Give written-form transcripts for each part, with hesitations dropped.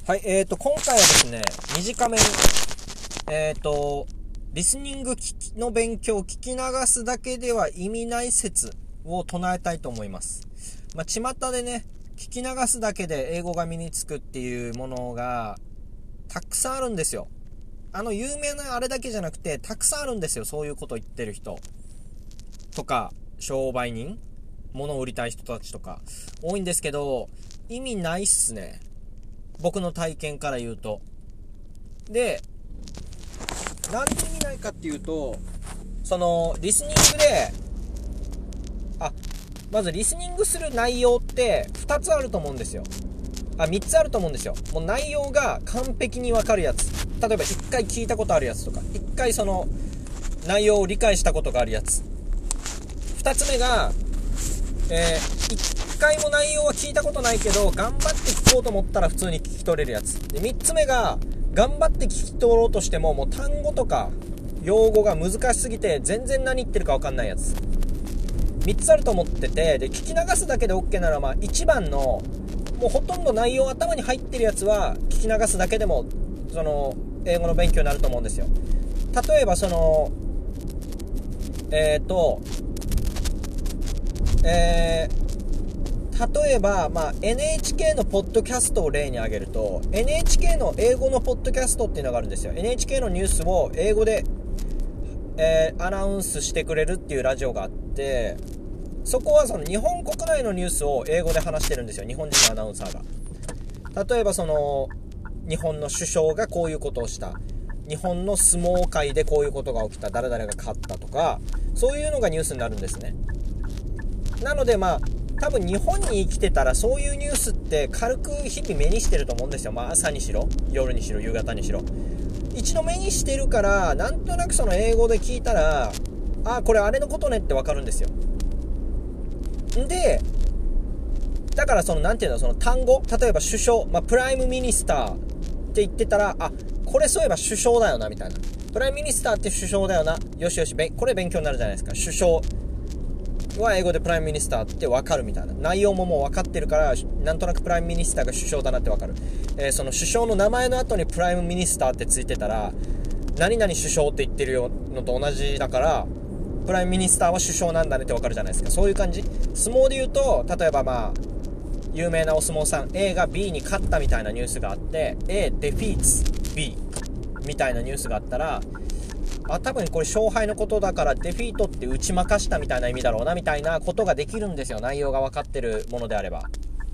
はい、今回はですね、短めに、リスニングの勉強を聞き流すだけでは意味ない説を唱えたいと思います。巷でね、聞き流すだけで英語が身につくっていうものがたくさんあるんですよ。有名なあれだけじゃなくて、たくさんあるんですよ。そういうこと言ってる人とか、商売人、物を売りたい人たちとか、多いんですけど、意味ないっすね。僕の体験から言うと。で、なんで意味ないかっていうと、リスニングで、まずリスニングする内容って2つあると思うんですよ。3つあると思うんですよ。もう内容が完璧にわかるやつ。例えば1回聞いたことあるやつとか、1回その内容を理解したことがあるやつ。2つ目が、1回も内容は聞いたことないけど頑張って聞こうと思ったら普通に聞き取れるやつで、3つ目が頑張って聞き取ろうとしてももう単語とか用語が難しすぎて全然何言ってるか分かんないやつ、3つあると思ってて、で聞き流すだけで OK なら1番のもうほとんど内容頭に入ってるやつは聞き流すだけでもその英語の勉強になると思うんですよ。例えば例えば、NHK のポッドキャストを例に挙げると、NHK の英語のポッドキャストっていうのがあるんですよ。NHK のニュースを英語で、アナウンスしてくれるっていうラジオがあって、そこはその日本国内のニュースを英語で話してるんですよ。日本人のアナウンサーが。例えば日本の首相がこういうことをした。日本の相撲界でこういうことが起きた。誰々が勝ったとか、そういうのがニュースになるんですね。なので多分日本に生きてたらそういうニュースって軽く日々目にしてると思うんですよ。朝にしろ夜にしろ夕方にしろ一度目にしてるから、なんとなくその英語で聞いたらこれあれのことねってわかるんですよ。でだからなんていうの、その単語、例えば首相、プライムミニスターって言ってたらこれそういえば首相だよなみたいな、プライムミニスターって首相だよな、よしよしこれ勉強になるじゃないですか。首相は英語でプライムミニスターって分かるみたいな、内容ももう分かってるからなんとなくプライムミニスターが首相だなって分かる。その首相の名前の後にプライムミニスターってついてたら何々首相って言ってるのと同じだから、プライムミニスターは首相なんだねって分かるじゃないですか。そういう感じ。相撲で言うと、例えば有名なお相撲さん A が B に勝ったみたいなニュースがあって、 A defeats B みたいなニュースがあったら、多分これ勝敗のことだからデフィートって打ち負かしたみたいな意味だろうなみたいなことができるんですよ。内容が分かってるものであれば。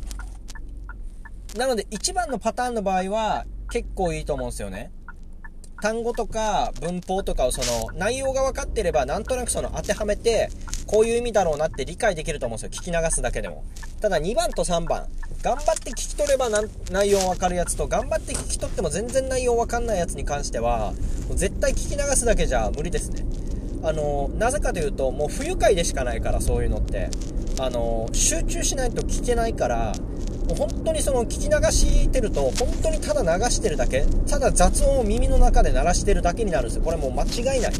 なので1番のパターンの場合は結構いいと思うんですよね。単語とか文法とかを内容が分かってればなんとなく当てはめてこういう意味だろうなって理解できると思うんですよ。聞き流すだけでも。ただ2番と3番、頑張って聞き取れば内容分かるやつと、頑張って聞き取っても全然内容分かんないやつに関してはもう絶対聞き流すだけじゃ無理ですね。なぜかというともう不愉快でしかないから、そういうのって集中しないと聞けないから、もう本当に聞き流してると本当にただ流してるだけ、ただ雑音を耳の中で鳴らしてるだけになるんですよ。これもう間違いない。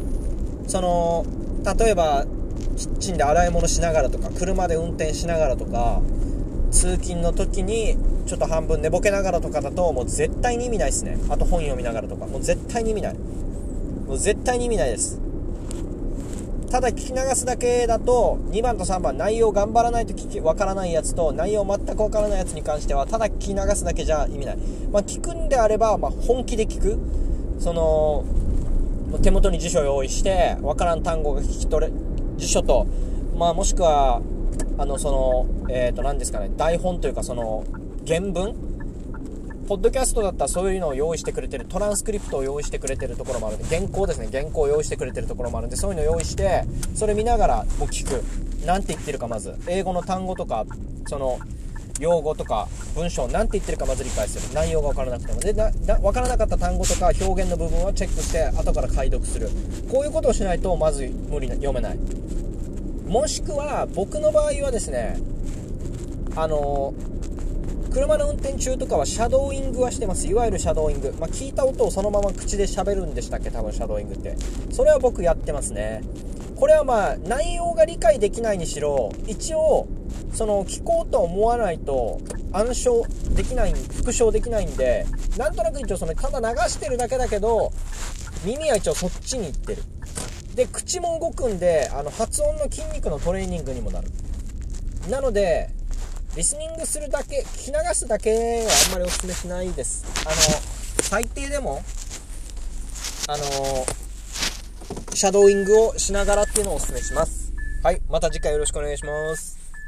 例えばキッチンで洗い物しながらとか、車で運転しながらとか、通勤の時にちょっと半分寝ぼけながらとかだともう絶対に意味ないですね。あと本読みながらとかもう絶対に意味ない。もう絶対に意味ないです。ただ聞き流すだけだと2番と3番、内容頑張らないとわからないやつと内容全くわからないやつに関してはただ聞き流すだけじゃ意味ない。聞くんであれば本気で聞く。手元に辞書を用意してわからん単語が聞き取れ、辞書ともしくは何ですかね、台本というか原文、ポッドキャストだったらそういうのを用意してくれてる、トランスクリプトを用意してくれてるところもあるんで、原稿ですね、原稿を用意してくれてるところもあるんで、そういうのを用意してそれ見ながらもう聞く。なんて言ってるか、まず英語の単語とか用語とか文章なんて言ってるかまず理解する。内容が分からなくてもで分からなかった単語とか表現の部分はチェックして後から解読する。こういうことをしないとまず読めない。もしくは僕の場合はですね、車の運転中とかはシャドーイングはしてます。いわゆるシャドーイング、聞いた音をそのまま口で喋るんでしたっけ、多分シャドーイングって。それは僕やってますね。これは内容が理解できないにしろ一応その聞こうと思わないと暗唱できない、復唱できないんで、なんとなく一応そのただ流してるだけだけど耳は一応そっちに行ってる。で口も動くんで発音の筋肉のトレーニングにもなる。なのでリスニングするだけ、聞き流すだけはあんまりお勧めしないです。最低でもシャドーイングをしながらっていうのをお勧めします。はい、また次回よろしくお願いします。